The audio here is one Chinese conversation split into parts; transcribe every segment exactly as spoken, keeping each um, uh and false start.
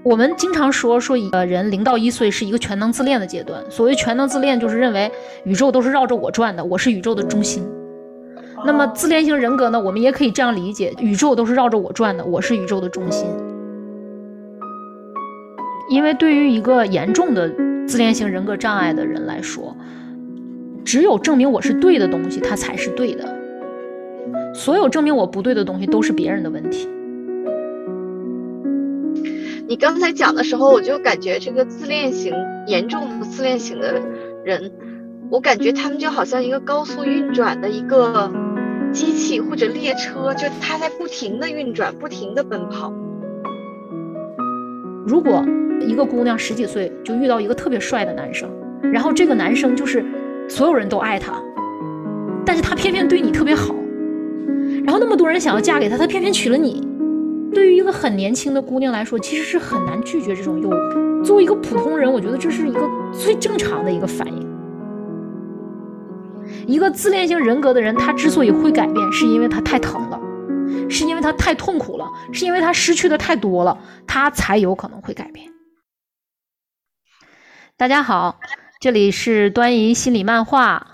我们经常说说一个人零到一岁是一个全能自恋的阶段。所谓全能自恋，就是认为宇宙都是绕着我转的，我是宇宙的中心。那么自恋型人格呢，我们也可以这样理解，宇宙都是绕着我转的，我是宇宙的中心。因为对于一个严重的自恋型人格障碍的人来说，只有证明我是对的东西，它才是对的。所有证明我不对的东西都是别人的问题。 你刚才讲的时候，我就感觉这个自恋型严重的自恋型的人，我感觉他们就好像一个高速运转的一个机器或者列车，就它在不停的运转，不停的奔跑。 如果一个姑娘十几岁就遇到一个特别帅的男生，然后这个男生就是所有人都爱他，但是他偏偏对你特别好，然后那么多人想要嫁给他，他偏偏娶了你。对于一个很年轻的姑娘来说，其实是很难拒绝这种诱惑。作为一个普通人，我觉得这是一个最正常的一个反应。一个自恋型人格的人，他之所以会改变，是因为他太疼了，是因为他太痛苦了，是因为他失去的太多了，他才有可能会改变。大家好，这里是端倪心理漫画。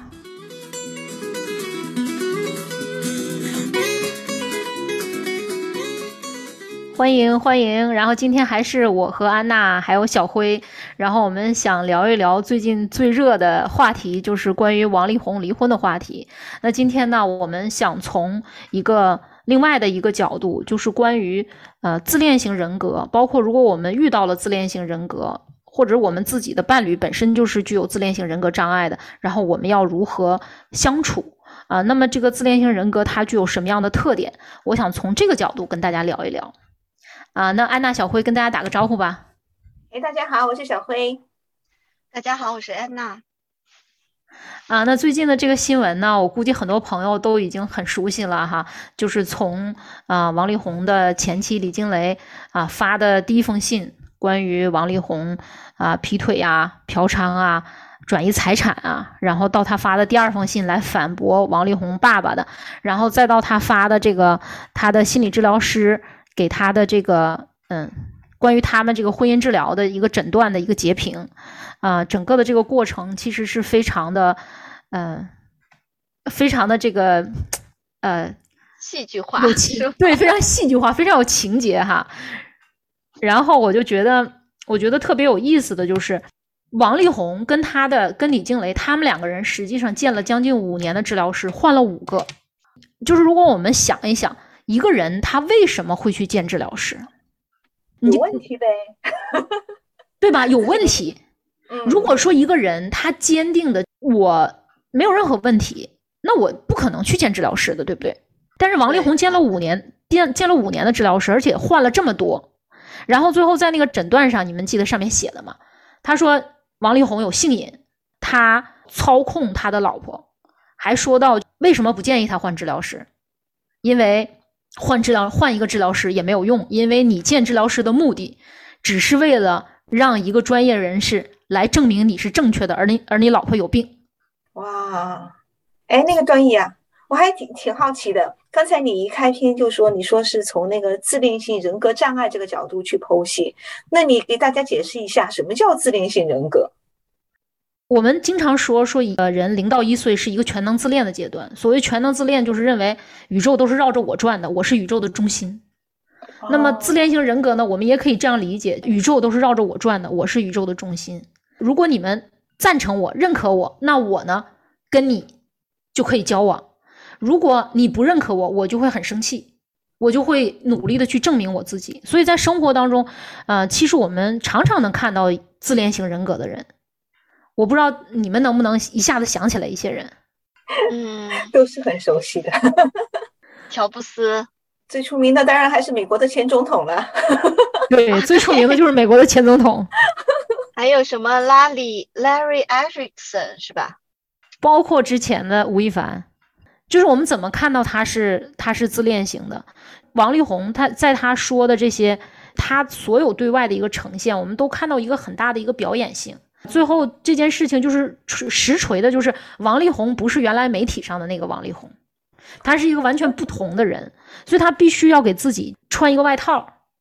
欢迎欢迎，然后今天还是我和安娜还有小辉，然后我们想聊一聊最近最热的话题，就是关于王力宏离婚的话题。那今天呢，我们想从一个另外的一个角度，就是关于呃自恋型人格，包括如果我们遇到了自恋型人格，或者我们自己的伴侣本身就是具有自恋型人格障碍的，然后我们要如何相处啊、呃？那么这个自恋型人格它具有什么样的特点？我想从这个角度跟大家聊一聊。啊，那安娜、小辉跟大家打个招呼吧。 哎，大家好，我是小辉。 大家好，我是安娜。 啊，那最近的这个新闻呢，我估计很多朋友都已经很熟悉了哈，就是从啊王力宏的前妻李静蕾啊发的第一封信，关于王力宏啊劈腿啊、嫖娼啊、转移财产啊，然后到他发的第二封信来反驳王力宏爸爸的，然后再到他发的这个他的心理治疗师给他的这个嗯，关于他们这个婚姻治疗的一个诊断的一个截屏，啊、呃，整个的这个过程其实是非常的，嗯、呃，非常的这个，呃， 戏剧化， 有情，对，非常戏剧化，非常有情节哈。然后我就觉得，我觉得特别有意思的就是，王力宏跟他的跟李静蕾，他们两个人实际上见了将近五年的治疗师，换了五个。就是如果我们想一想。一个人他为什么会去见治疗师？ 有问题呗， 对吧？有问题。如果说一个人他坚定的我没有任何问题，那我不可能去见治疗师的，对不对？但是王力宏见了五年，见见了五年的治疗师，而且换了这么多，然后最后在那个诊断上，你们记得上面写的吗？他说王力宏有性瘾，他操控他的老婆，还说到为什么不建议他换治疗师，因为。换治疗换一个治疗师也没有用，因为你见治疗师的目的只是为了让一个专业人士来证明你是正确的，而你而你老婆有病。 哇，哎，那个端倪啊，我还挺挺好奇的。刚才你一开篇就说，你说是从那个自恋性人格障碍这个角度去剖析，那你给大家解释一下什么叫自恋性人格？ 我们经常说说一个人零到一岁是一个全能自恋的阶段。所谓全能自恋，就是认为宇宙都是绕着我转的，我是宇宙的中心。 哦、 那么自恋型人格呢，我们也可以这样理解，宇宙都是绕着我转的，我是宇宙的中心。如果你们赞成我、认可我，那我呢跟你就可以交往。如果你不认可我，我就会很生气，我就会努力的去证明我自己。所以在生活当中，呃，其实我们常常能看到自恋型人格的人。我不知道你们能不能一下子想起来一些人。 嗯， 都是很熟悉的。 乔布斯， 最出名的当然还是美国的前总统了。 对，最出名的就是美国的前总统。 还有什么拉里 Larry Erickson 是吧？ 包括之前的吴亦凡。就是我们怎么看到他是他是自恋型的。王力宏他在他说的这些他所有对外的一个呈现，我们都看到一个很大的一个表演性。最后这件事情就是实锤的，就是王力宏不是原来媒体上的那个王力宏，他是一个完全不同的人，所以他必须要给自己穿一个外套，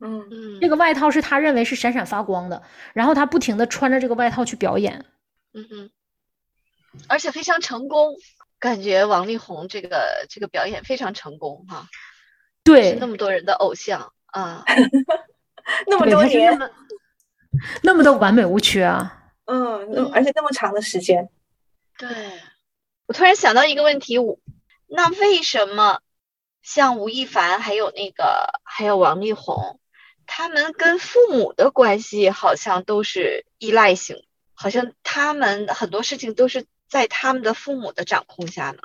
嗯嗯， 这个外套是他认为是闪闪发光的，然后他不停的穿着这个外套去表演。 嗯哼，而且非常成功，感觉王力宏这个这个表演非常成功哈。 对， 是那么多人的偶像啊， 那么多年， 那么那么的完美无缺啊。 嗯，那而且那么长的时间。 对，我突然想到一个问题，那为什么像吴亦凡还有那个还有王力宏，他们跟父母的关系好像都是依赖型，好像他们很多事情都是在他们的父母的掌控下呢？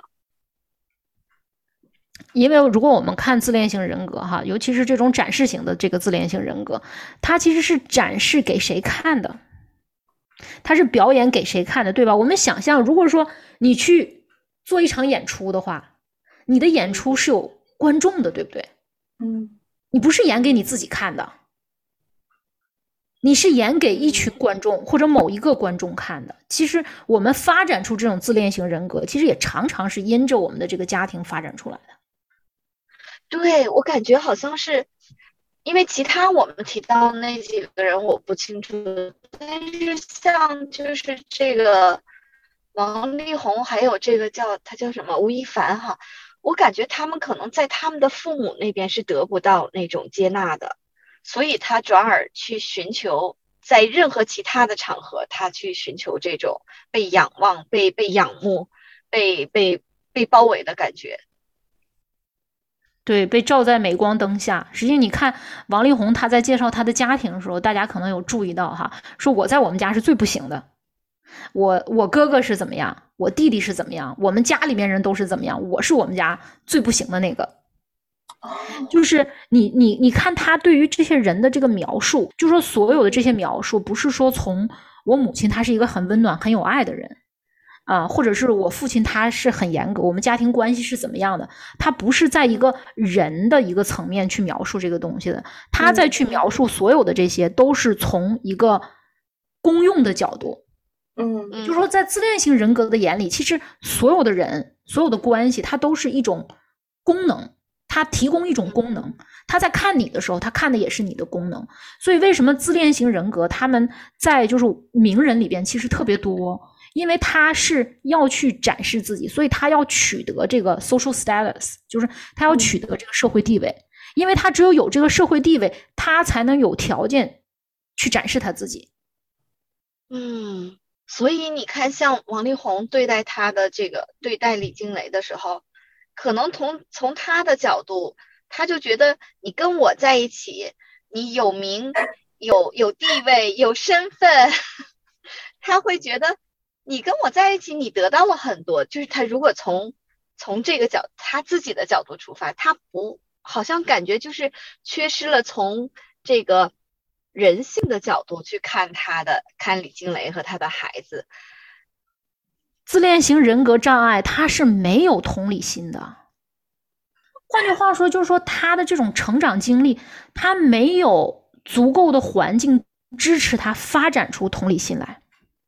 因为如果我们看自恋型人格哈，尤其是这种展示型的这个自恋型人格，它其实是展示给谁看的，它是表演给谁看的，对吧？我们想象，如果说你去做一场演出的话，你的演出是有观众的，对不对？ 嗯， 你不是演给你自己看的，你是演给一群观众或者某一个观众看的。其实我们发展出这种自恋型人格，其实也常常是因着我们的这个家庭发展出来的。 对，我感觉好像是因为其他我们提到那几个人我不清楚，但是像就是这个王力宏还有这个叫他叫什么吴亦凡哈，我感觉他们可能在他们的父母那边是得不到那种接纳的，所以他转而去寻求在任何其他的场合他去寻求这种被仰望被被仰慕被被被包围的感觉。 对，被照在镁光灯下。实际你看王力宏他在介绍他的家庭的时候，大家可能有注意到哈，说我在我们家是最不行的，我我哥哥是怎么样，我弟弟是怎么样，我们家里面人都是怎么样，我是我们家最不行的那个。就是你你你看他对于这些人的这个描述，就说所有的这些描述不是说从我母亲她是一个很温暖很有爱的人啊，或者是我父亲他是很严格，我们家庭关系是怎么样的，他不是在一个人的一个层面去描述这个东西的，他在去描述所有的这些都是从一个公用的角度。 嗯， 就是说在自恋型人格的眼里，其实所有的人所有的关系它都是一种功能，它提供一种功能，他在看你的时候他看的也是你的功能。所以为什么自恋型人格他们在就是名人里边其实特别多，因为他是要去展示自己，所以他要取得这个 social status， 就是他要取得这个社会地位，因为他只有有这个社会地位，他才能有条件去展示他自己。 嗯，所以你看像王力宏对待他的这个对待李静蕾的时候，可能从从他的角度，他就觉得你跟我在一起，你有名有有地位有身份，他会觉得你跟我在一起，你得到了很多。就是他如果从从这个角他自己的角度出发，他不好像感觉就是缺失了从这个人性的角度去看他的看李静蕾和他的孩子。 自恋型人格障碍他是没有同理心的，换句话说就是说他的这种成长经历，他没有足够的环境支持他发展出同理心来。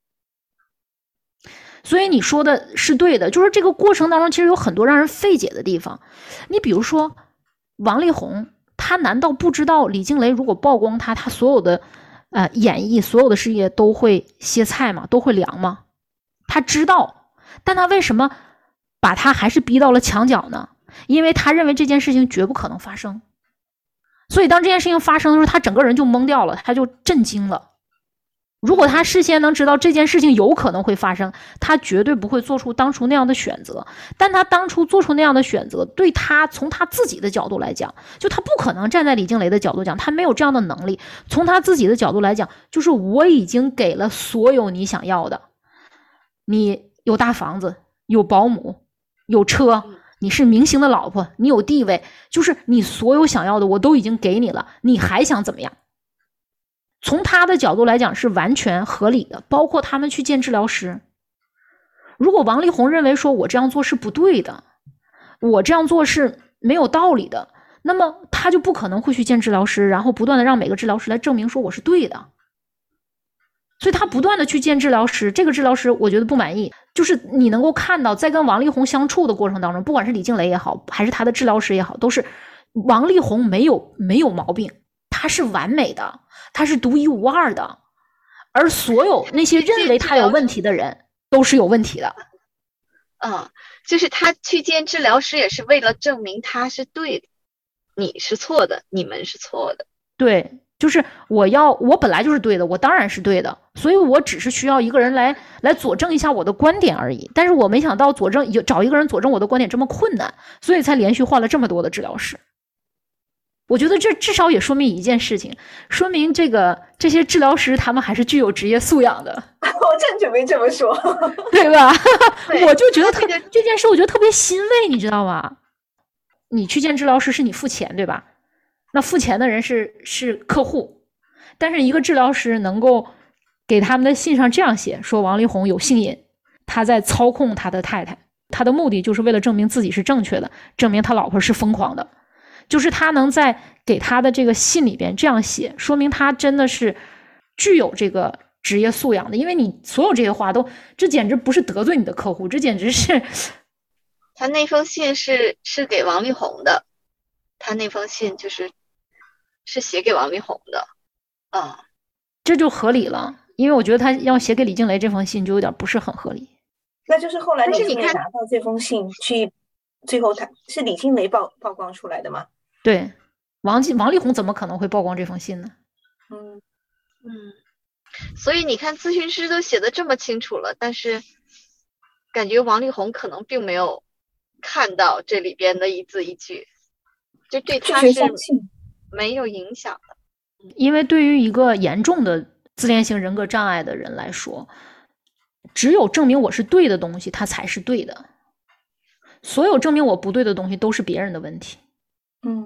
所以你说的是对的，就是这个过程当中其实有很多让人费解的地方。你比如说王力宏，他难道不知道李静蕾如果曝光他，他所有的呃演艺所有的事业都会歇菜吗？都会凉吗？他知道，但他为什么把他还是逼到了墙角呢？因为他认为这件事情绝不可能发生。所以当这件事情发生的时候，他整个人就懵掉了，他就震惊了。如果他事先能知道这件事情有可能会发生，他绝对不会做出当初那样的选择。但他当初做出那样的选择，对他从他自己的角度来讲，就他不可能站在李静蕾的角度讲，他没有这样的能力。从他自己的角度来讲，就是我已经给了所有你想要的，你有大房子，有保姆，有车，你是明星的老婆，你有地位，就是你所有想要的我都已经给你了，你还想怎么样？从他的角度来讲是完全合理的，包括他们去见治疗师。如果王力宏认为说我这样做是不对的，我这样做是没有道理的，那么他就不可能会去见治疗师，然后不断的让每个治疗师来证明说我是对的。所以他不断的去见治疗师，这个治疗师我觉得不满意，就是你能够看到在跟王力宏相处的过程当中，不管是李静蕾也好，还是他的治疗师也好，都是王力宏没有没有毛病， 他是完美的，他是独一无二的，而所有那些认为他有问题的人都是有问题的。 嗯，就是他去见治疗师也是为了证明他是对的，你是错的，你们是错的。 对，就是我要我本来就是对的，我当然是对的，所以我只是需要一个人来来佐证一下我的观点而已。但是我没想到佐证找一个人佐证我的观点这么困难，所以才连续换了这么多的治疗师。我觉得这至少也说明一件事情，说明这个这些治疗师他们还是具有职业素养的。 我正准备这么说， 对吧？对，我就觉得特别、这个、这件事，我觉得特别欣慰，你知道吗？你去见治疗师是你付钱，对吧？那付钱的人是是客户，但是一个治疗师能够给他们的信上这样写，说王力宏有性瘾，他在操控他的太太，他的目的就是为了证明自己是正确的，证明他老婆是疯狂的。就是他能在给他的这个信里边这样写，说明他真的是具有这个职业素养的。因为你所有这些话都，这简直不是得罪你的客户，这简直是。 他那封信是是给王力宏的，他那封信就是是写给王力宏的，啊、嗯， 这就合理了。因为我觉得他要写给李静蕾这封信就有点不是很合理。 那就是后来李静蕾拿到这封信去，最后他是李静蕾曝曝光出来的吗？ 对，王王力宏怎么可能会曝光这封信呢？ 嗯嗯，所以你看，咨询师都写的这么清楚了，但是感觉王力宏可能并没有看到这里边的一字一句，就对他是没有影响的。 因为对于一个严重的自恋型人格障碍的人来说，只有证明我是对的东西，它才是对的。所有证明我不对的东西都是别人的问题。 嗯，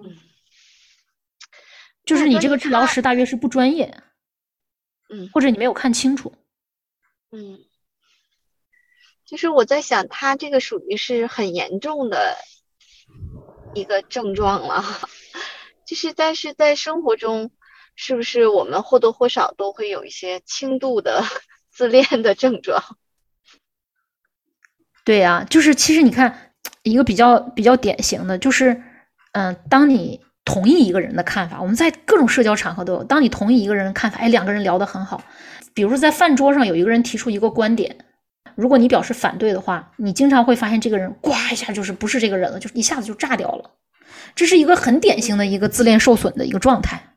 就是你这个治疗师大约是不专业， 嗯， 或者你没有看清楚。 嗯，就是我在想，他这个属于是很严重的一个症状了，就是但是在生活中，是不是我们或多或少都会有一些轻度的自恋的症状？ 对呀、啊，就是其实你看一个比较比较典型的就是，嗯、呃，当你同意一个人的看法，我们在各种社交场合都有。当你同意一个人的看法，哎，两个人聊得很好。比如说在饭桌上有一个人提出一个观点，如果你表示反对的话，你经常会发现这个人呱一下就是不是这个人了，就一下子就炸掉了。这是一个很典型的一个自恋受损的一个状态。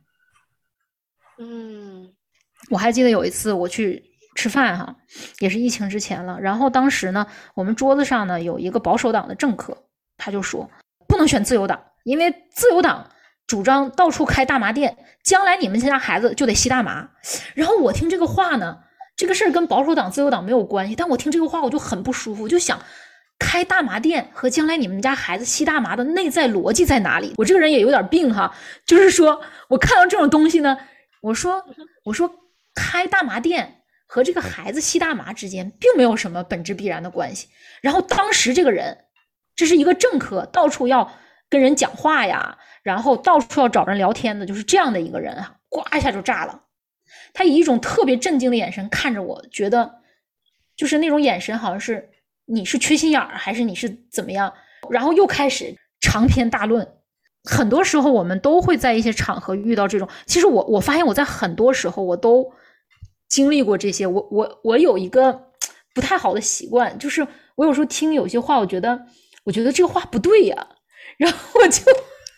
嗯， 我还记得有一次我去吃饭哈，也是疫情之前了。然后当时呢，我们桌子上呢有一个保守党的政客，他就说不能选自由党，因为自由党主张到处开大麻店，将来你们家孩子就得吸大麻。然后我听这个话呢，这个事儿跟保守党自由党没有关系，但我听这个话我就很不舒服，我就想开大麻店和将来你们家孩子吸大麻的内在逻辑在哪里？我这个人也有点病哈，就是说我看到这种东西呢，我说我说开大麻店和这个孩子吸大麻之间并没有什么本质必然的关系。然后当时这个人，这是一个政客，到处要跟人讲话呀，然后到处要找人聊天的，就是这样的一个人啊，呱一下就炸了。他以一种特别震惊的眼神看着我，觉得就是那种眼神好像是你是缺心眼儿还是你是怎么样，然后又开始长篇大论。很多时候我们都会在一些场合遇到这种，其实我我发现我在很多时候我都经历过这些。我我我有一个不太好的习惯，就是我有时候听有些话，我觉得我觉得这个话不对呀，然后我就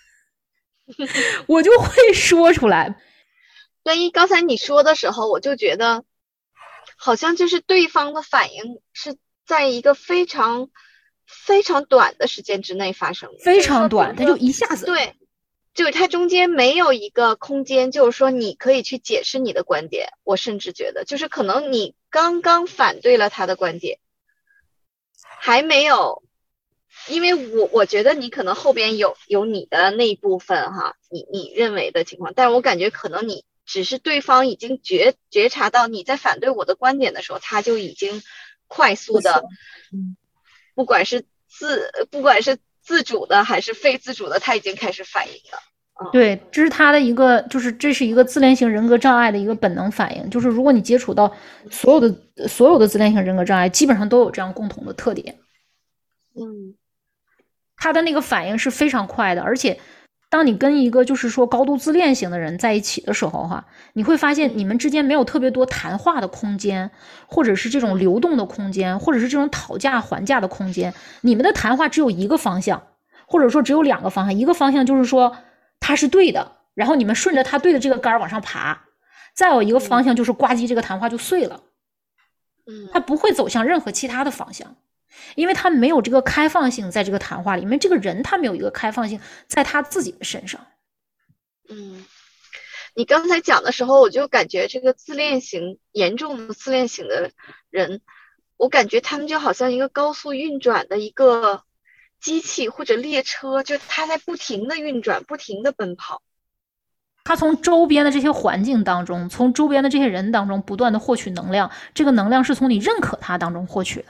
我就会说出来。 段一，刚才你说的时候，我就觉得好像就是对方的反应是在一个非常非常短的时间之内发生的， 非常短，他就一下子， 对，就是它中间没有一个空间，就是说你可以去解释你的观点。我甚至觉得，就是可能你刚刚反对了他的观点，还没有，因为我我觉得你可能后边有有你的那一部分哈，你你认为的情况，但是我感觉可能你只是对方已经觉觉察到你在反对我的观点的时候，他就已经快速的， 嗯， 不管是自不管是自主的还是非自主的，他已经开始反应了。嗯、 对，这是他的一个，就是这是一个自恋型人格障碍的一个本能反应。就是如果你接触到所有的所有的自恋型人格障碍，基本上都有这样共同的特点。 嗯， 他的那个反应是非常快的，而且当你跟一个就是说高度自恋型的人在一起的时候哈，你会发现你们之间没有特别多谈话的空间，或者是这种流动的空间，或者是这种讨价还价的空间。你们的谈话只有一个方向，或者说只有两个方向。一个方向就是说他是对的，然后你们顺着他对的这个杆往上爬。再有一个方向就是呱唧，这个谈话就碎了。 嗯， 他不会走向任何其他的方向。因为他没有这个开放性，在这个谈话里面，这个人他没有一个开放性在他自己的身上。 嗯，你刚才讲的时候，我就感觉这个自恋型严重的自恋型的人，我感觉他们就好像一个高速运转的一个机器或者列车，就他在不停的运转，不停的奔跑。 他从周边的这些环境当中，从周边的这些人当中不断的获取能量，这个能量是从你认可他当中获取的。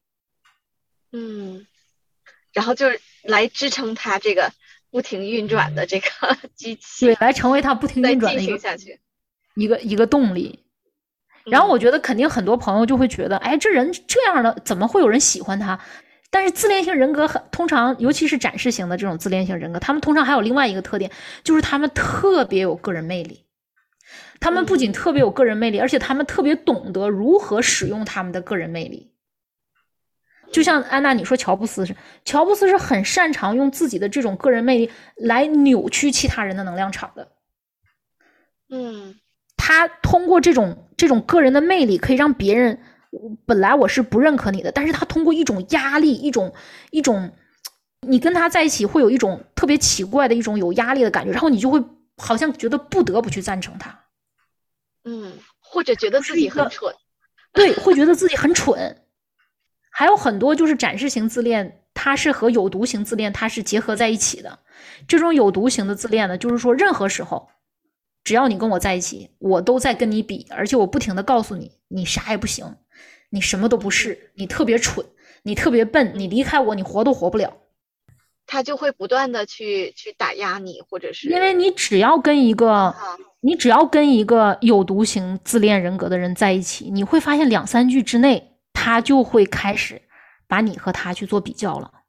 嗯，然后就是来支撑它这个不停运转的这个机器， 对，来成为它不停运转的一个下去一个一个动力。然后我觉得肯定很多朋友就会觉得，哎，这人这样的怎么会有人喜欢他？但是自恋性人格很通常，尤其是展示型的这种自恋性人格，他们通常还有另外一个特点，就是他们特别有个人魅力。他们不仅特别有个人魅力，而且他们特别懂得如何使用他们的个人魅力。就像安娜你说乔布斯是，乔布斯是很擅长用自己的这种个人魅力来扭曲其他人的能量场的。 嗯， 他通过这种这种个人的魅力，可以让别人本来我是不认可你的，但是他通过一种压力，一种一种你跟他在一起会有一种特别奇怪的一种有压力的感觉，然后你就会好像觉得不得不去赞成他。 嗯，或者觉得自己很蠢。 对，会觉得自己很蠢。还有很多就是展示型自恋，它是和有毒型自恋它是结合在一起的。这种有毒型的自恋呢，就是说任何时候只要你跟我在一起，我都在跟你比，而且我不停的告诉你，你啥也不行，你什么都不是，你特别蠢，你特别笨，你离开我你活都活不了。 他就会不断的去去打压你，或者是因为你只要跟一个你只要跟一个有毒型自恋人格的人在一起，你会发现两三句之内他就会开始把你和他去做比较了。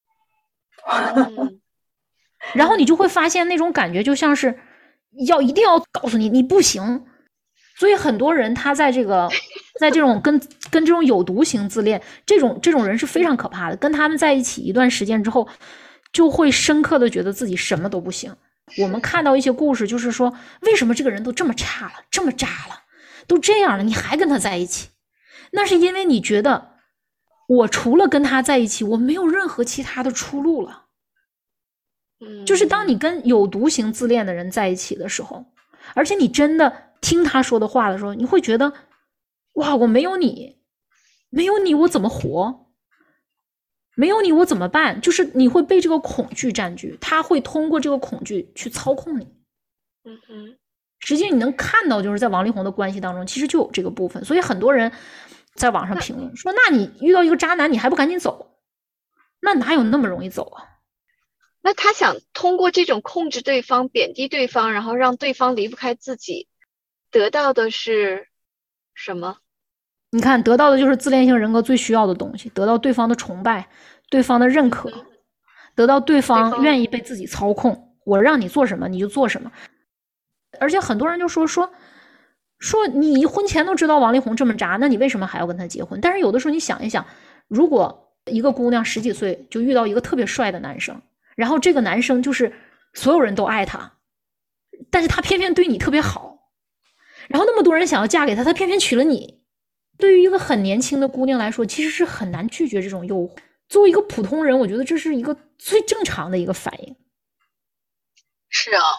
嗯， 然后你就会发现那种感觉就像是要一定要告诉你你不行。所以很多人他在这个在这种跟跟这种有毒型自恋这种这种人是非常可怕的，跟他们在一起一段时间之后就会深刻的觉得自己什么都不行。我们看到一些故事就是说，为什么这个人都这么差了，这么渣了，都这样了，你还跟他在一起？那是因为你觉得我除了跟他在一起，我没有任何其他的出路了。 嗯， 就是当你跟有毒型自恋的人在一起的时候，而且你真的听他说的话的时候，你会觉得哇，我没有你没有你我怎么活，没有你我怎么办，就是你会被这个恐惧占据，他会通过这个恐惧去操控你。 嗯哼， 实际你能看到就是在王力宏的关系当中其实就有这个部分。所以很多人在网上评论说，那你遇到一个渣男你还不赶紧走？那哪有那么容易走啊？ 那他想通过这种控制对方，贬低对方，然后让对方离不开自己，得到的是什么？ 你看，得到的就是自恋性人格最需要的东西，得到对方的崇拜，对方的认可，得到对方愿意被自己操控，我让你做什么你就做什么。而且很多人就说说说你婚前都知道王力宏这么渣，那你为什么还要跟他结婚？但是有的时候你想一想，如果一个姑娘十几岁就遇到一个特别帅的男生，然后这个男生就是所有人都爱他，但是他偏偏对你特别好，然后那么多人想要嫁给他，他偏偏娶了你。对于一个很年轻的姑娘来说，其实是很难拒绝这种诱惑。作为一个普通人，我觉得这是一个最正常的一个反应。 是啊，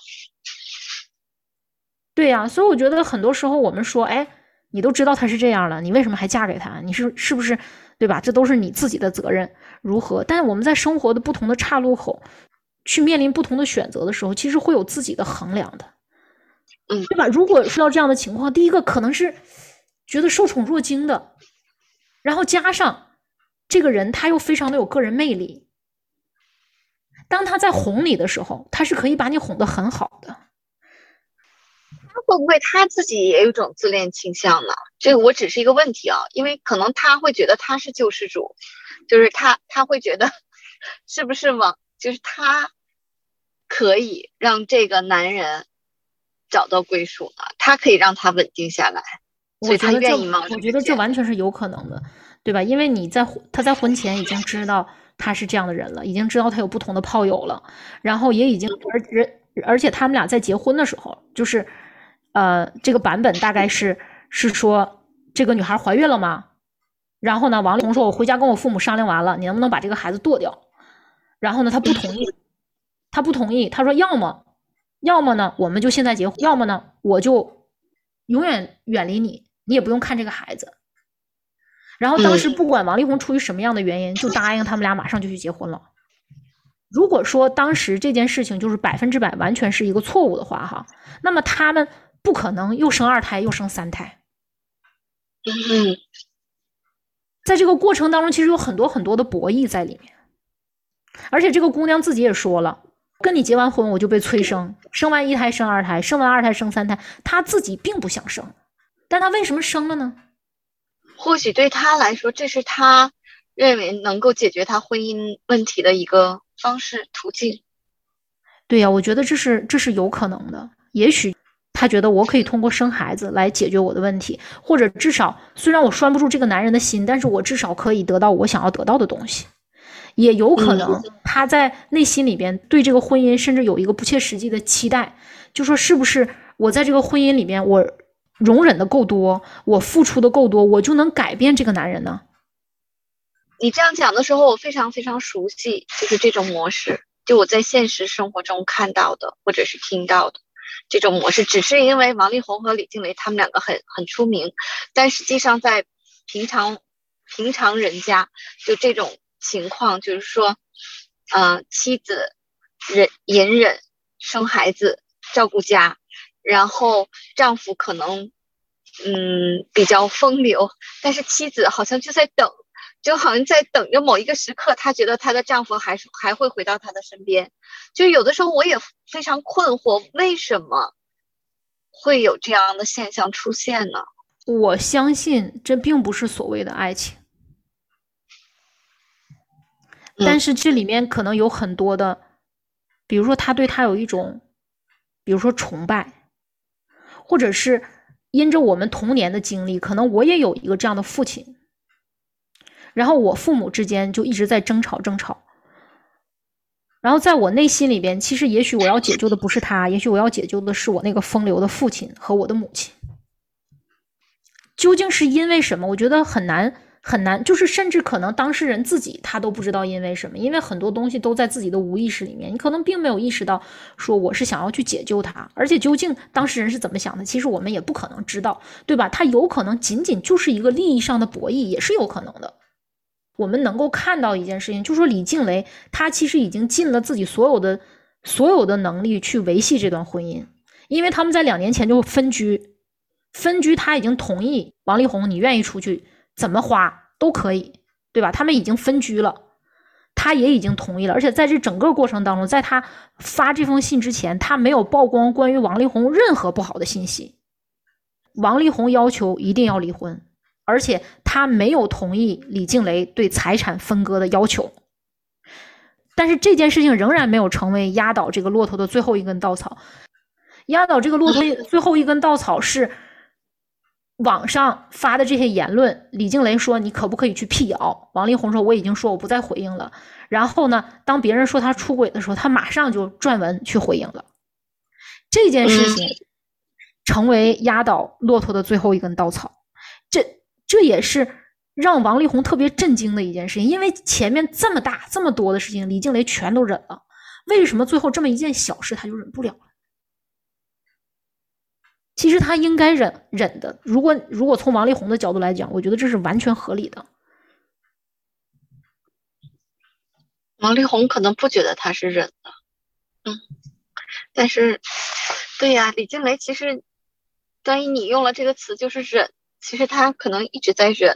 对呀、啊，所以我觉得很多时候我们说，哎，你都知道他是这样了，你为什么还嫁给他？你是是不是对吧？这都是你自己的责任。如何？但是我们在生活的不同的岔路口，去面临不同的选择的时候，其实会有自己的衡量的， 嗯， 对吧？如果说到这样的情况，第一个可能是觉得受宠若惊的，然后加上这个人他又非常的有个人魅力，当他在哄你的时候，他是可以把你哄得很好的。 他会不会他自己也有一种自恋倾向呢？这个我只是一个问题啊，因为可能他会觉得他是救世主，就是他他会觉得是不是往就是他可以让这个男人找到归属呢？他可以让他稳定下来，所以他愿意冒这个险。 我觉得这完全是有可能的，对吧？因为你在他在婚前已经知道他是这样的人了，已经知道他有不同的炮友了，然后也已经而而且他们俩在结婚的时候，就是呃这个版本大概是是说这个女孩怀孕了吗？然后呢，王力宏说我回家跟我父母商量完了，你能不能把这个孩子剁掉？然后呢，他不同意，他不同意，他说要么要么呢我们就现在结婚，要么呢我就永远远离你，你也不用看这个孩子。然后当时不管王力宏出于什么样的原因，就答应他们俩马上就去结婚了。如果说当时这件事情就是百分之百完全是一个错误的话哈，那么他们不可能又生二胎又生三胎。 嗯， 在这个过程当中其实有很多很多的博弈在里面。而且这个姑娘自己也说了，跟你结完婚我就被催生，生完一胎生二胎，生完二胎生三胎，她自己并不想生，但她为什么生了呢？ 或许对他来说，这是他认为能够解决他婚姻问题的一个方式途径。 对呀、啊，我觉得这是这是有可能的。也许他觉得我可以通过生孩子来解决我的问题，或者至少虽然我拴不住这个男人的心，但是我至少可以得到我想要得到的东西。也有可能他在内心里边对这个婚姻甚至有一个不切实际的期待，就说是不是我在这个婚姻里面我容忍的够多，我付出的够多，我就能改变这个男人呢？ 你这样讲的时候，我非常非常熟悉，就是这种模式，就我在现实生活中看到的或者是听到的这种模式，只是因为王力宏和李静蕾他们两个很很出名，但实际上在平常平常人家就这种情况，就是说呃，妻子忍隐忍生孩子照顾家，然后丈夫可能嗯比较风流，但是妻子好像就在等，就好像在等着某一个时刻，她觉得她的丈夫还是还会回到她的身边。就有的时候我也非常困惑，为什么会有这样的现象出现呢？ 我相信这并不是所谓的爱情，但是这里面可能有很多的，比如说他对他有一种比如说崇拜，或者是因着我们童年的经历，可能我也有一个这样的父亲，然后我父母之间就一直在争吵争吵，然后在我内心里边，其实也许我要解救的不是他，也许我要解救的是我那个风流的父亲和我的母亲。究竟是因为什么？我觉得很难很难，就是甚至可能当事人自己他都不知道因为什么，因为很多东西都在自己的无意识里面，你可能并没有意识到说我是想要去解救他，而且究竟当事人是怎么想的，其实我们也不可能知道，对吧？他有可能仅仅就是一个利益上的博弈，也是有可能的。我们能够看到一件事情，就是说李静蕾她其实已经尽了自己所有的所有的能力去维系这段婚姻，因为他们在两年前就分居，分居他已经同意王力宏你愿意出去怎么花都可以，对吧？他们已经分居了，他也已经同意了，而且在这整个过程当中，在他发这封信之前，他没有曝光关于王力宏任何不好的信息。王力宏要求一定要离婚，而且他没有同意李静蕾对财产分割的要求，但是这件事情仍然没有成为压倒这个骆驼的最后一根稻草。压倒这个骆驼最后一根稻草是网上发的这些言论，李静蕾说你可不可以去辟谣，王力宏说我已经说我不再回应了，然后呢当别人说他出轨的时候，他马上就撰文去回应了。这件事情成为压倒骆驼的最后一根稻草，这这也是让王力宏特别震惊的一件事情，因为前面这么大这么多的事情李静蕾全都忍了，为什么最后这么一件小事他就忍不了了？其实他应该忍忍的，如果如果从王力宏的角度来讲，我觉得这是完全合理的。 王力宏可能不觉得他是忍的，嗯，但是对呀，李静蕾其实关于你用了这个词就是忍，其实他可能一直在忍。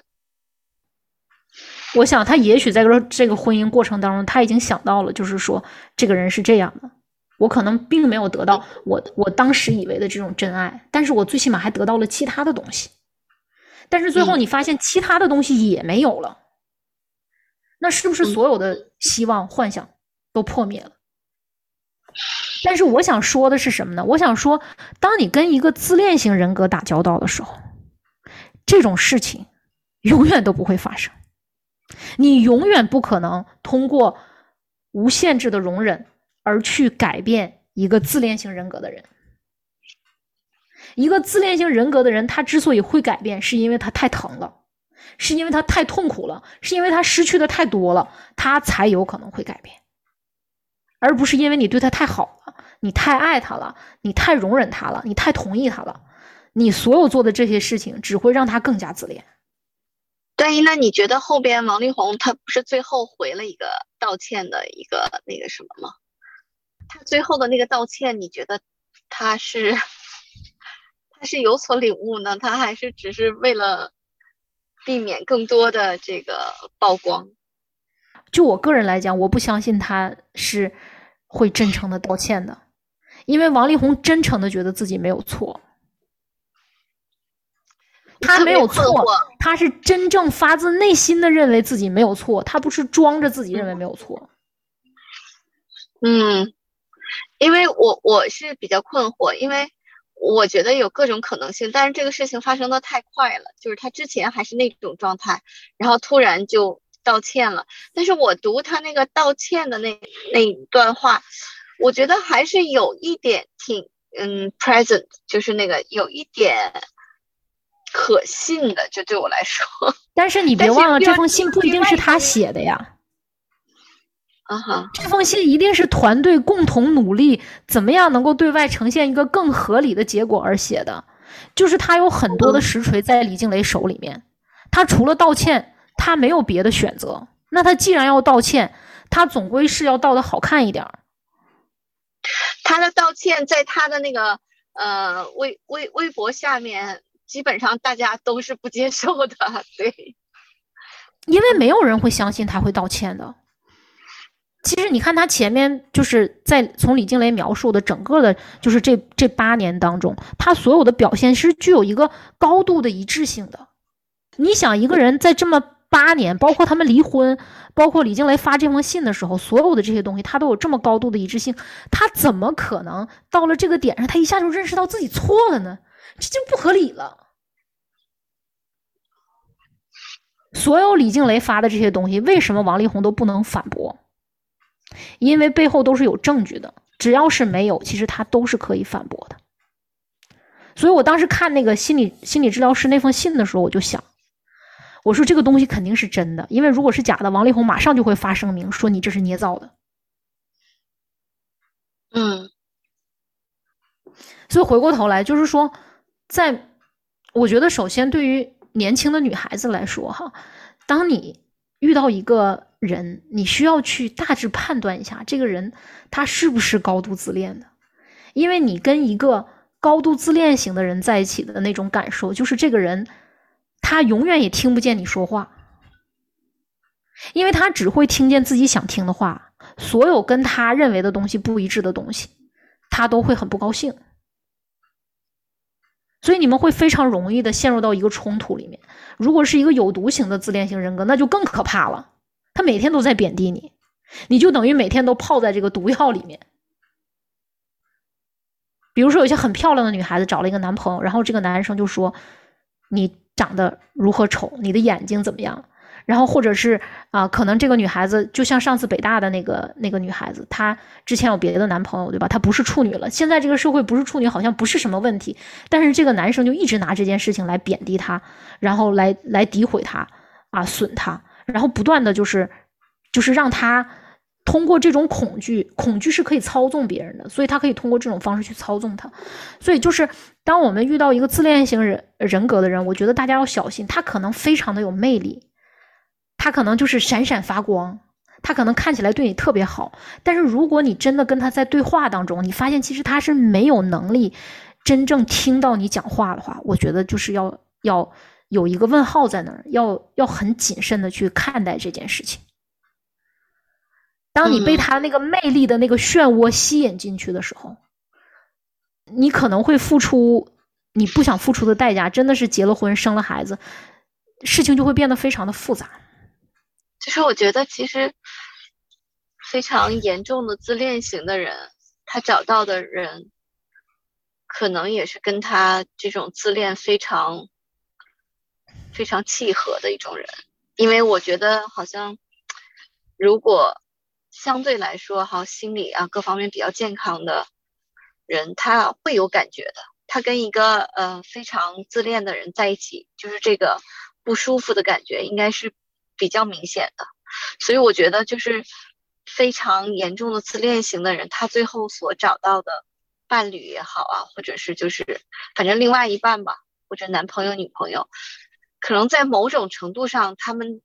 我想他也许在这个婚姻过程当中，他已经想到了，就是说这个人是这样的，我可能并没有得到我我当时以为的这种真爱，但是我最起码还得到了其他的东西。但是最后你发现其他的东西也没有了，那是不是所有的希望幻想都破灭了？ 但是我想说的是什么呢？我想说，当你跟一个自恋型人格打交道的时候，这种事情永远都不会发生。你永远不可能通过无限制的容忍而去改变一个自恋型人格的人。一个自恋型人格的人，他之所以会改变，是因为他太疼了，是因为他太痛苦了，是因为他失去的太多了，他才有可能会改变，而不是因为你对他太好了，你太爱他了，你太容忍他了，你太同意他了，你所有做的这些事情只会让他更加自恋。 段一，那你觉得后边王力宏他不是最后回了一个道歉的一个那个什么吗？他最后的那个道歉，你觉得他是他是有所领悟呢，他还是只是为了避免更多的这个曝光？ 就我个人来讲，我不相信他是会真诚的道歉的，因为王力宏真诚的觉得自己没有错。他没有错，他是真正发自内心的认为自己没有错，他不是装着自己认为没有错。 嗯，因为我我是比较困惑，因为我觉得有各种可能性，但是这个事情发生的太快了，就是他之前还是那种状态，然后突然就道歉了。但是我读他那个道歉的那那一段话，我觉得还是有一点挺嗯 present， 就是那个有一点可信的，就对我来说。 但是你别忘了，这封信不一定是他写的呀。 啊哈， 这封信一定是团队共同努力，怎么样能够对外呈现一个更合理的结果而写的。就是他有很多的实锤在李静蕾手里面，他除了道歉，他没有别的选择。那他既然要道歉，他总归是要道得好看一点。 他的道歉在他的那个呃微微微博下面，基本上大家都是不接受的，对， 因为没有人会相信他会道歉的。其实你看他前面就是在从李静蕾描述的整个的，就是这这八年当中，他所有的表现是具有一个高度的一致性的。你想一个人在这么八年，包括他们离婚，包括李静蕾发这封信的时候，所有的这些东西他都有这么高度的一致性，他怎么可能到了这个点上，他一下就认识到自己错了呢？这就不合理了。所有李静蕾发的这些东西，为什么王力宏都不能反驳？因为背后都是有证据的，只要是没有，其实他都是可以反驳的。所以我当时看那个心理心理治疗师那封信的时候，我就想，我说这个东西肯定是真的，因为如果是假的，王力宏马上就会发声明说你这是捏造的。 嗯， 所以回过头来就是说，在我觉得首先对于年轻的女孩子来说哈，当你遇到一个人，你需要去大致判断一下这个人他是不是高度自恋的。因为你跟一个高度自恋型的人在一起的那种感受，就是这个人他永远也听不见你说话，因为他只会听见自己想听的话，所有跟他认为的东西不一致的东西他都会很不高兴。所以你们会非常容易的陷入到一个冲突里面。如果是一个有毒型的自恋型人格，那就更可怕了，他每天都在贬低你，你就等于每天都泡在这个毒药里面。比如说有些很漂亮的女孩子找了一个男朋友，然后这个男生就说你长得如何丑，你的眼睛怎么样，然后或者是啊、呃，可能这个女孩子就像上次北大的那个那个女孩子，她之前有别的男朋友，对吧？她不是处女了，现在这个社会不是处女好像不是什么问题，但是这个男生就一直拿这件事情来贬低她，然后来来诋毁她啊，损她，然后不断的就是就是让她通过这种恐惧，恐惧是可以操纵别人的，所以他可以通过这种方式去操纵他。所以就是当我们遇到一个自恋型人人格的人，我觉得大家要小心，他可能非常的有魅力，他可能就是闪闪发光，他可能看起来对你特别好，但是如果你真的跟他在对话当中，你发现其实他是没有能力真正听到你讲话的话，我觉得就是要要有一个问号在那儿，要要很谨慎的去看待这件事情。当你被他那个魅力的那个漩涡吸引进去的时候，你可能会付出你不想付出的代价，真的是结了婚生了孩子，事情就会变得非常的复杂。 就是我觉得其实非常严重的自恋型的人， 他找到的人可能也是跟他这种自恋非常非常契合的一种人。因为我觉得好像如果相对来说哈心理啊各方面比较健康的人，他会有感觉的。他跟一个呃非常自恋的人在一起，就是这个不舒服的感觉应该是比较明显的。所以我觉得就是非常严重的自恋型的人，他最后所找到的伴侣也好啊，或者是就是反正另外一半吧，或者男朋友女朋友，可能在某种程度上他们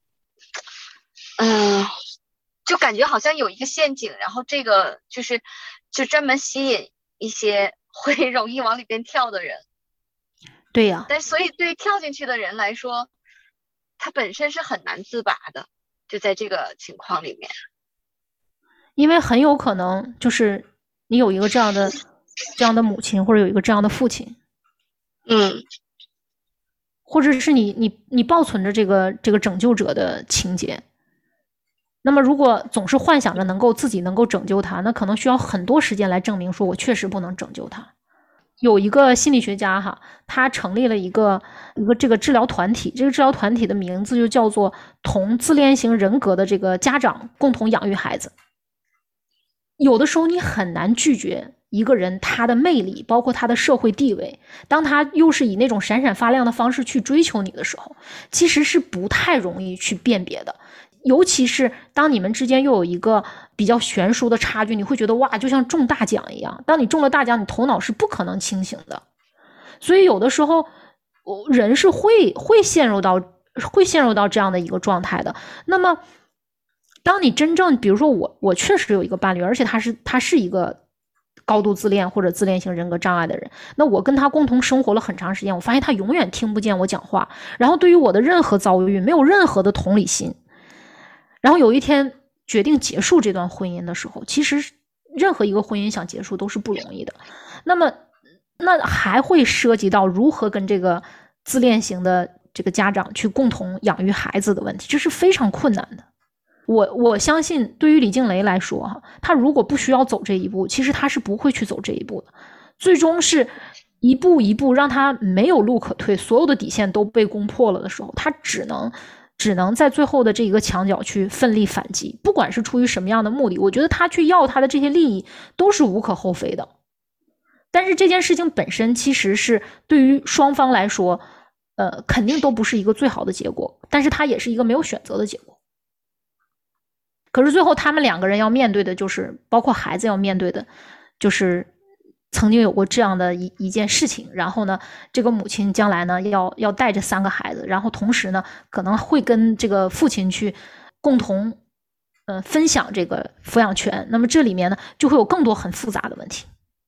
嗯、呃、就感觉好像有一个陷阱，然后这个就是就专门吸引一些会容易往里边跳的人。 对呀、啊， 但所以对跳进去的人来说，他本身是很难自拔的，就在这个情况里面。 因为很有可能就是你有一个这样的这样的母亲，或者有一个这样的父亲， 嗯， 或者是你你你抱存着这个这个拯救者的情节。那么如果总是幻想着能够自己能够拯救他，那可能需要很多时间来证明说我确实不能拯救他。有一个心理学家哈，他成立了一个一个这个治疗团体，这个治疗团体的名字就叫做同自恋型人格的这个家长共同养育孩子。有的时候你很难拒绝一个人他的魅力，包括他的社会地位，当他又是以那种闪闪发亮的方式去追求你的时候，其实是不太容易去辨别的。尤其是当你们之间又有一个比较悬殊的差距，你会觉得哇，就像中大奖一样。当你中了大奖，你头脑是不可能清醒的。所以有的时候人是会会陷入到会陷入到这样的一个状态的。那么当你真正比如说我我确实有一个伴侣，而且他是他是一个高度自恋或者自恋型人格障碍的人，那我跟他共同生活了很长时间，我发现他永远听不见我讲话，然后对于我的任何遭遇没有任何的同理心。然后有一天决定结束这段婚姻的时候，其实任何一个婚姻想结束都是不容易的。那么那还会涉及到如何跟这个自恋型的这个家长去共同养育孩子的问题，这是非常困难的。我我相信对于李静蕾来说哈，他如果不需要走这一步，其实他是不会去走这一步的。最终是一步一步让他没有路可退，所有的底线都被攻破了的时候，他只能只能在最后的这一个墙角去奋力反击，不管是出于什么样的目的，我觉得他去要他的这些利益都是无可厚非的。但是这件事情本身其实是对于双方来说呃，肯定都不是一个最好的结果，但是它也是一个没有选择的结果。可是最后他们两个人要面对的就是，包括孩子要面对的就是曾经有过这样的一一件事情，然后呢这个母亲将来呢要要带着三个孩子，然后同时呢可能会跟这个父亲去共同呃分享这个抚养权，那么这里面呢就会有更多很复杂的问题。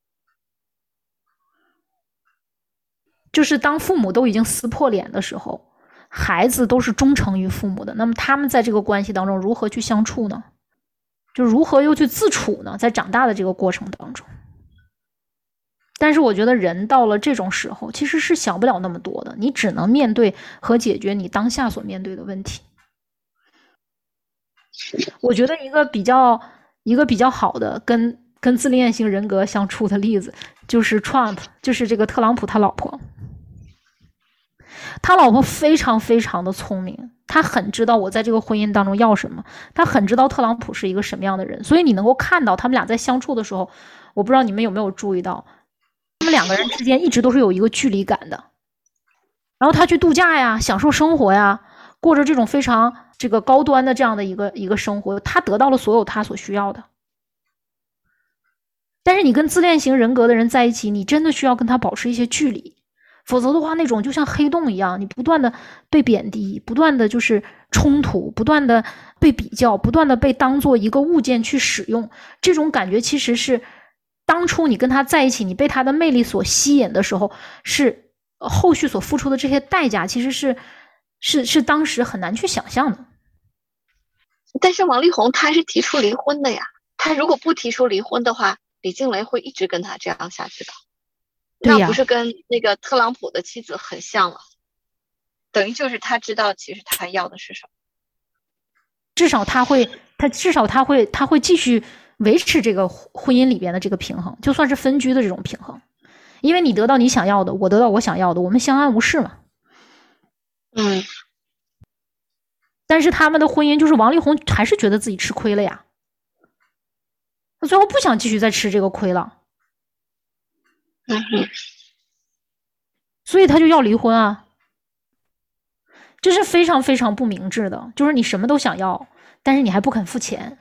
就是当父母都已经撕破脸的时候，孩子都是忠诚于父母的，那么他们在这个关系当中如何去相处呢？就如何又去自处呢？在长大的这个过程当中。但是我觉得人到了这种时候其实是想不了那么多的，你只能面对和解决你当下所面对的问题。我觉得一个比较一个比较好的跟跟自恋型人格相处的例子就是 Trump， 就是这个特朗普他老婆。他老婆非常非常的聪明，他很知道我在这个婚姻当中要什么，他很知道特朗普是一个什么样的人，所以你能够看到他们俩在相处的时候，我不知道你们有没有注意到，他们两个人之间一直都是有一个距离感的。然后他去度假呀，享受生活呀，过着这种非常这个高端的这样的一个一个生活，他得到了所有他所需要的。但是你跟自恋型人格的人在一起，你真的需要跟他保持一些距离，否则的话那种就像黑洞一样，你不断的被贬低，不断的就是冲突，不断的被比较，不断的被当做一个物件去使用，这种感觉其实是当初你跟他在一起，你被他的魅力所吸引的时候，是后续所付出的这些代价，其实是是是当时很难去想象的。 但是王力宏他是提出离婚的呀，他如果不提出离婚的话，李静蕾会一直跟他这样下去的。那不是跟那个特朗普的妻子很像了？等于就是他知道其实他要的是什么。 至少他会他至少他会他会继续维持这个婚姻里边的这个平衡，就算是分居的这种平衡，因为你得到你想要的，我得到我想要的，我们相安无事嘛。 嗯， 但是他们的婚姻就是王力宏还是觉得自己吃亏了呀，他最后不想继续再吃这个亏了， 嗯哼， 所以他就要离婚啊。这是非常非常不明智的，就是你什么都想要，但是你还不肯付钱。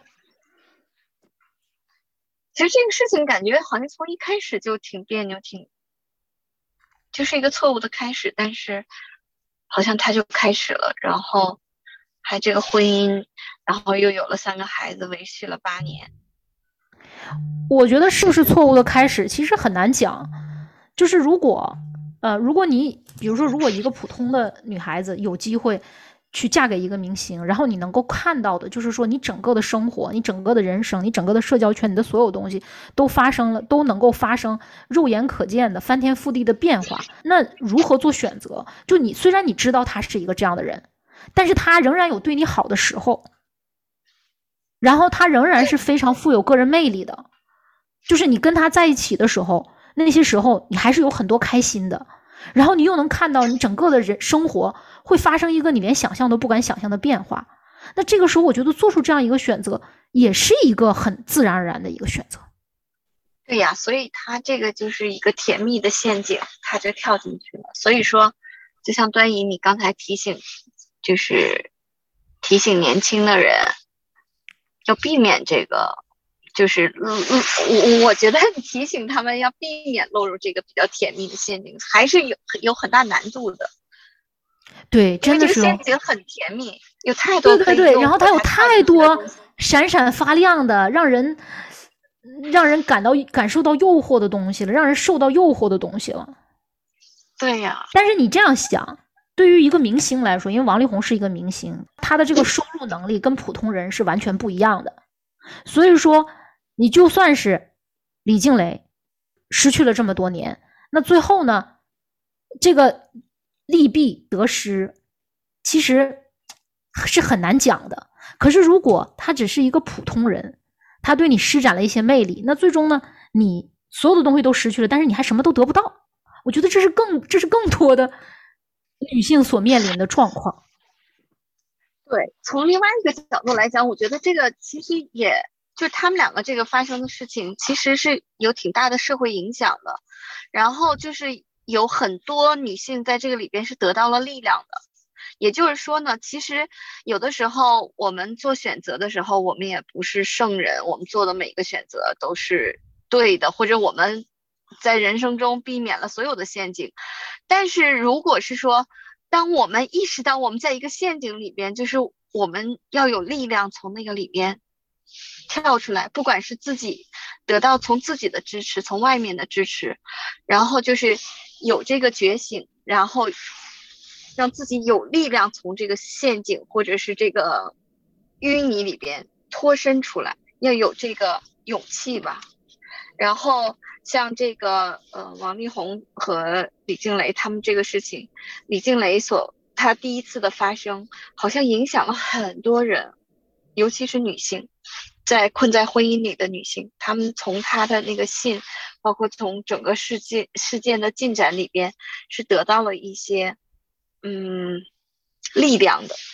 其实这个事情感觉好像从一开始就挺别扭，挺就是一个错误的开始，但是好像他就开始了，然后还这个婚姻，然后又有了三个孩子，维系了八年。 我觉得是不是错误的开始，其实很难讲。就是如果，呃，如果你比如说，如果一个普通的女孩子有机会去嫁给一个明星，然后你能够看到的，就是说你整个的生活、你整个的人生、你整个的社交圈、你的所有东西都发生了，都能够发生肉眼可见的翻天覆地的变化。那如何做选择？就你虽然你知道他是一个这样的人，但是他仍然有对你好的时候，然后他仍然是非常富有个人魅力的。就是你跟他在一起的时候，那些时候你还是有很多开心的，然后你又能看到你整个的人生活会发生一个你连想象都不敢想象的变化。那这个时候我觉得做出这样一个选择也是一个很自然而然的一个选择。 对呀，所以他这个就是一个甜蜜的陷阱，他就跳进去了。所以说就像端怡你刚才提醒，就是提醒年轻的人要避免这个，就是嗯嗯，我我觉得提醒他们要避免落入这个比较甜蜜的陷阱，还是有有很大难度的。 对，真的是因为这个陷阱很甜蜜，有太多对对对，然后它有太多西闪闪发亮的，让人让人感到感受到诱惑的东西了，让人受到诱惑的东西了。 对呀， 但是你这样想，对于一个明星来说，因为王力宏是一个明星，他的这个收入能力跟普通人是完全不一样的。所以说，你就算是李静蕾失去了这么多年，那最后呢，这个利弊得失其实是很难讲的。可是如果他只是一个普通人，他对你施展了一些魅力，那最终呢，你所有的东西都失去了，但是你还什么都得不到。我觉得这是更这是更多的女性所面临的状况。 对，从另外一个角度来讲，我觉得这个其实也就他们两个这个发生的事情，其实是有挺大的社会影响的。然后就是有很多女性在这个里边是得到了力量的。也就是说呢，其实有的时候我们做选择的时候，我们也不是圣人，我们做的每个选择都是对的，或者我们在人生中避免了所有的陷阱。但是如果是说，当我们意识到我们在一个陷阱里边，就是我们要有力量从那个里边跳出来，不管是自己得到从自己的支持，从外面的支持，然后就是有这个觉醒，然后让自己有力量从这个陷阱或者是这个淤泥里边脱身出来，要有这个勇气吧。然后像这个呃王力宏和李静蕾他们这个事情，李静蕾所他第一次的发生，好像影响了很多人，尤其是女性，在困在婚姻里的女性，她们从他的那个信，包括从整个事件事件的进展里边，是得到了一些嗯力量的。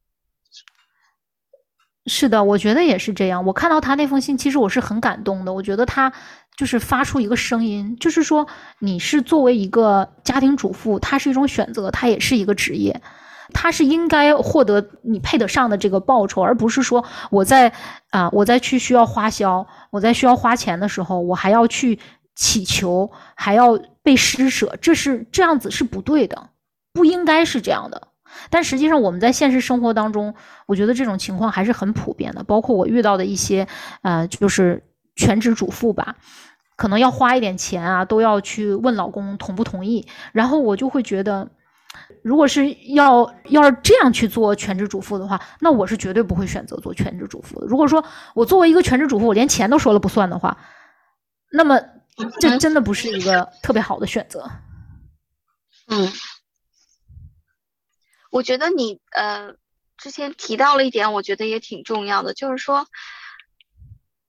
是的，我觉得也是这样。我看到他那封信，其实我是很感动的。我觉得他就是发出一个声音，就是说你是作为一个家庭主妇，它是一种选择，它也是一个职业，它是应该获得你配得上的这个报酬，而不是说我在啊、呃，我在去需要花销，我在需要花钱的时候，我还要去祈求，还要被施舍，这是这样子是不对的，不应该是这样的。但实际上我们在现实生活当中，我觉得这种情况还是很普遍的，包括我遇到的一些呃，就是全职主妇吧，可能要花一点钱啊，都要去问老公同不同意，然后我就会觉得，如果是要要是这样去做全职主妇的话，那我是绝对不会选择做全职主妇的。如果说我作为一个全职主妇，我连钱都说了不算的话，那么这真的不是一个特别好的选择。 嗯。我觉得你呃之前提到了一点，我觉得也挺重要的，就是说，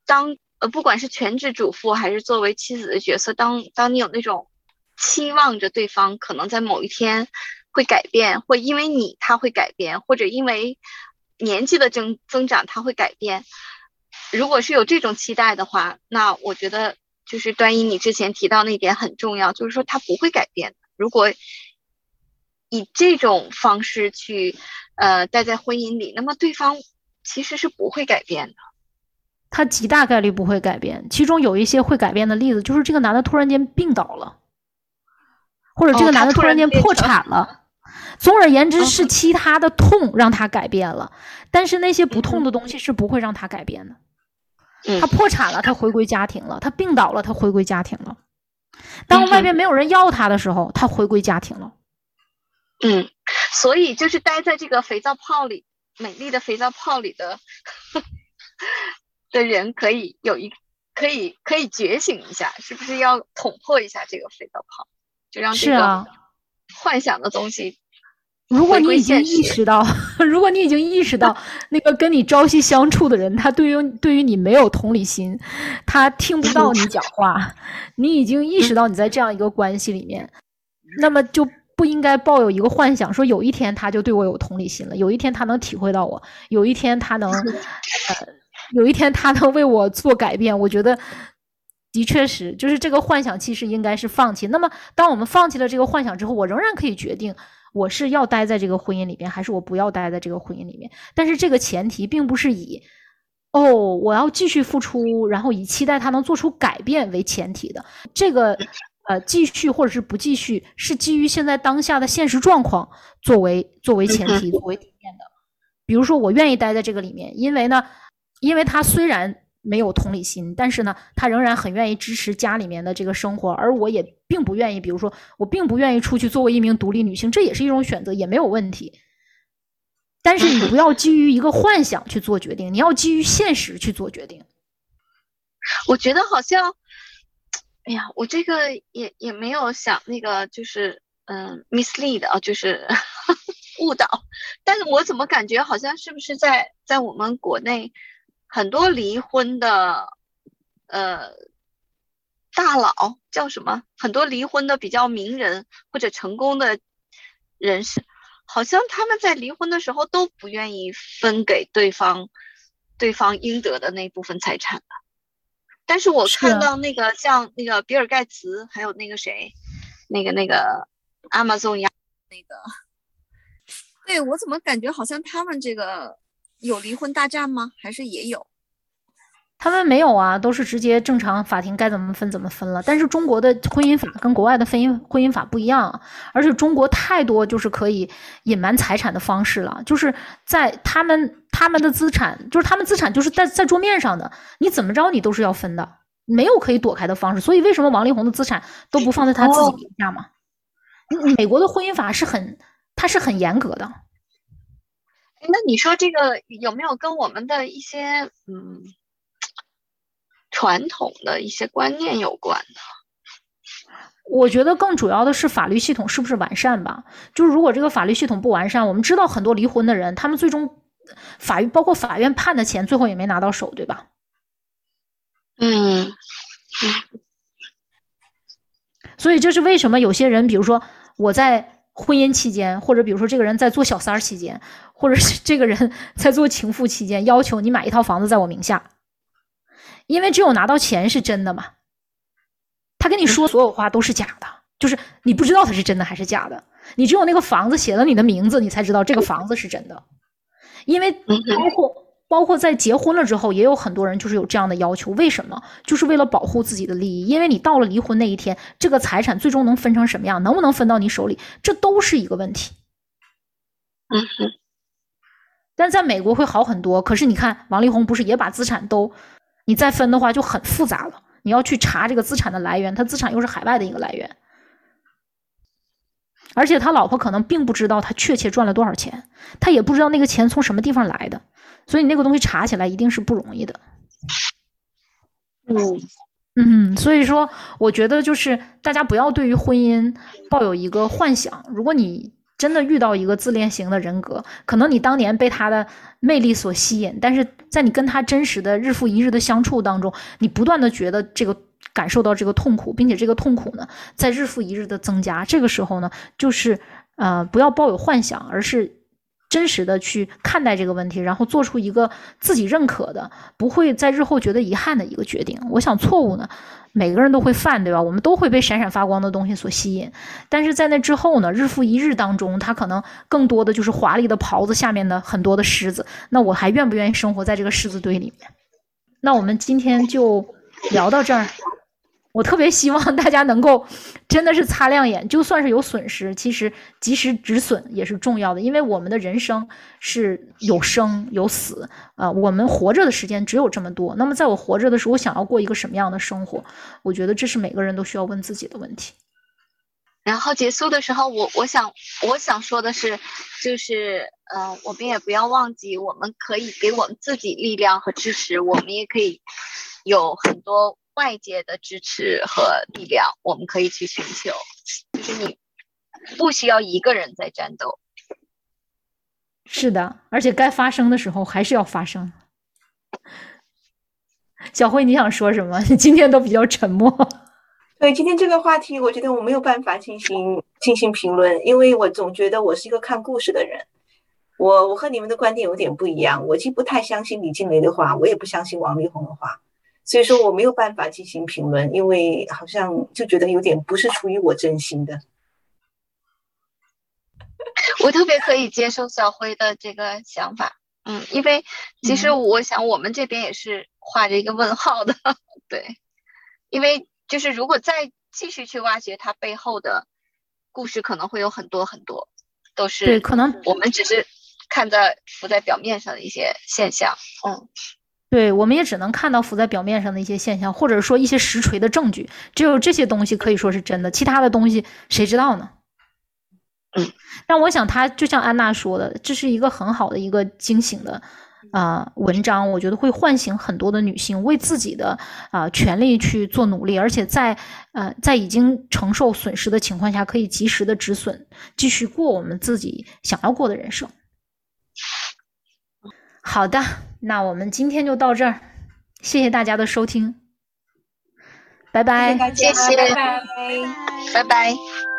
当呃不管是全职主妇还是作为妻子的角色，当当你有那种期望着对方可能在某一天会改变，或因为你他会改变，或者因为年纪的增增长他会改变，如果是有这种期待的话，那我觉得就是端一你之前提到那点很重要，就是说他不会改变的。如果以这种方式去呃待在婚姻里，那么对方其实是不会改变的。 他极大概率不会改变，其中有一些会改变的例子，就是这个男的突然间病倒了，或者这个男的突然间破产了。哦、总而言之，是其他的痛让他改变了，但是那些不痛的东西是不会让他改变的。他破产了，他回归家庭了；他病倒了，他回归家庭了。当外边没有人要他的时候，他回归家庭了。 嗯，所以就是待在这个肥皂泡里，美丽的肥皂泡里的的人，可以有一可以可以觉醒一下，是不是要捅破一下这个肥皂泡，就让这个幻想的东西。 如果你已经意识到，如果你已经意识到那个跟你朝夕相处的人，他对于对于你没有同理心，他听不到你讲话，你已经意识到你在这样一个关系里面，那么就不应该抱有一个幻想，说有一天他就对我有同理心了，有一天他能体会到我，有一天他能，呃，有一天他能为我做改变。我觉得的确是，就是这个幻想其实应该是放弃。那么当我们放弃了这个幻想之后，我仍然可以决定我是要待在这个婚姻里面，还是我不要待在这个婚姻里面。但是这个前提并不是以哦我要继续付出，然后以期待他能做出改变为前提的。这个呃继续或者是不继续，是基于现在当下的现实状况作为作为前提，作为底线的。比如说我愿意待在这个里面，因为呢，因为他虽然没有同理心，但是呢，他仍然很愿意支持家里面的这个生活，而我也并不愿意，比如说我并不愿意出去作为一名独立女性，这也是一种选择，也没有问题。但是你不要基于一个幻想去做决定，你要基于现实去做决定。 我觉得好像，哎呀，我这个也也没有想那个，就是嗯 mislead 啊，就是误导。但是我怎么感觉好像是不是在在我们国内很多离婚的呃大佬叫什么？很多离婚的比较名人或者成功的人士，好像他们在离婚的时候都不愿意分给对方对方应得的那部分财产的。但是我看到那个像那个比尔盖茨，还有那个谁，那个那个 Amazon 呀，那个，对，我怎么感觉好像他们这个有离婚大战吗？还是也有？ 他们没有啊，都是直接正常法庭该怎么分怎么分了。但是中国的婚姻法跟国外的婚姻婚姻法不一样，而且中国太多就是可以隐瞒财产的方式了，就是在他们他们的资产，就是他们资产就是在在桌面上的，你怎么着你都是要分的，没有可以躲开的方式。所以为什么王力宏的资产都不放在他自己名下嘛？哦、美国的婚姻法是很，它是很严格的。 那你说这个有没有跟我们的一些嗯？传统的一些观念有关呢？ 我觉得更主要的是法律系统是不是完善吧。就是如果这个法律系统不完善，我们知道很多离婚的人，他们最终法院包括法院判的钱，最后也没拿到手，对吧？ 嗯。 所以这是为什么有些人，比如说我在婚姻期间，或者比如说这个人在做小三儿期间，或者是这个人在做情妇期间，要求你买一套房子在我名下。因为只有拿到钱是真的嘛，他跟你说所有话都是假的，就是你不知道他是真的还是假的，你只有那个房子写了你的名字，你才知道这个房子是真的。因为包括包括在结婚了之后，也有很多人就是有这样的要求，为什么？就是为了保护自己的利益，因为你到了离婚那一天，这个财产最终能分成什么样，能不能分到你手里，这都是一个问题。 嗯哼。 但在美国会好很多，可是你看王力宏不是也把资产都，你再分的话就很复杂了，你要去查这个资产的来源，他资产又是海外的一个来源，而且他老婆可能并不知道他确切赚了多少钱，他也不知道那个钱从什么地方来的，所以那个东西查起来一定是不容易的。 嗯嗯，所以说我觉得就是大家不要对于婚姻抱有一个幻想，如果你真的遇到一个自恋型的人格，可能你当年被他的魅力所吸引，但是在你跟他真实的日复一日的相处当中，你不断的觉得这个感受到这个痛苦，并且这个痛苦呢在日复一日的增加。这个时候呢，就是呃不要抱有幻想，而是真实的去看待这个问题，然后做出一个自己认可的，不会在日后觉得遗憾的一个决定。我想错误呢每个人都会犯，对吧？我们都会被闪闪发光的东西所吸引，但是在那之后呢，日复一日当中，它可能更多的就是华丽的袍子下面的很多的虱子。那我还愿不愿意生活在这个虱子堆里面？那我们今天就聊到这儿。我特别希望大家能够真的是擦亮眼，就算是有损失，其实及时止损也是重要的，因为我们的人生是有生有死，呃，我们活着的时间只有这么多。那么在我活着的时候，我想要过一个什么样的生活？我觉得这是每个人都需要问自己的问题。 然后结束的时候，我我想我想说的是，就是呃，我们也不要忘记，我们可以给我们自己力量和支持，我们也可以有很多外界的支持和力量，我们可以去寻求，就是你不需要一个人在战斗。 是的，而且该发生的时候还是要发生。小慧，你想说什么？你今天都比较沉默。 对，今天这个话题，我觉得我没有办法进行进行评论，因为我总觉得我是一个看故事的人。我我和你们的观点有点不一样，我既不太相信李静蕾的话，我也不相信王力宏的话。所以说我没有办法进行评论，因为好像就觉得有点不是出于我真心的。 我特别可以接受小辉的这个想法，嗯，因为其实我想我们这边也是画着一个问号的，嗯、对，因为就是如果再继续去挖掘它背后的故事，可能会有很多很多，都是对，可能我们只是看在浮在表面上的一些现象，嗯。 对，我们也只能看到浮在表面上的一些现象，或者说一些实锤的证据，只有这些东西可以说是真的，其他的东西谁知道呢？ 嗯， 但我想他就像安娜说的，这是一个很好的一个惊醒的啊、呃、文章，我觉得会唤醒很多的女性为自己的啊、呃、权利去做努力，而且在呃在已经承受损失的情况下，可以及时的止损，继续过我们自己想要过的人生。好的，那我们今天就到这儿，谢谢大家的收听，拜拜。 谢谢大家， 谢谢， 拜拜， 拜拜。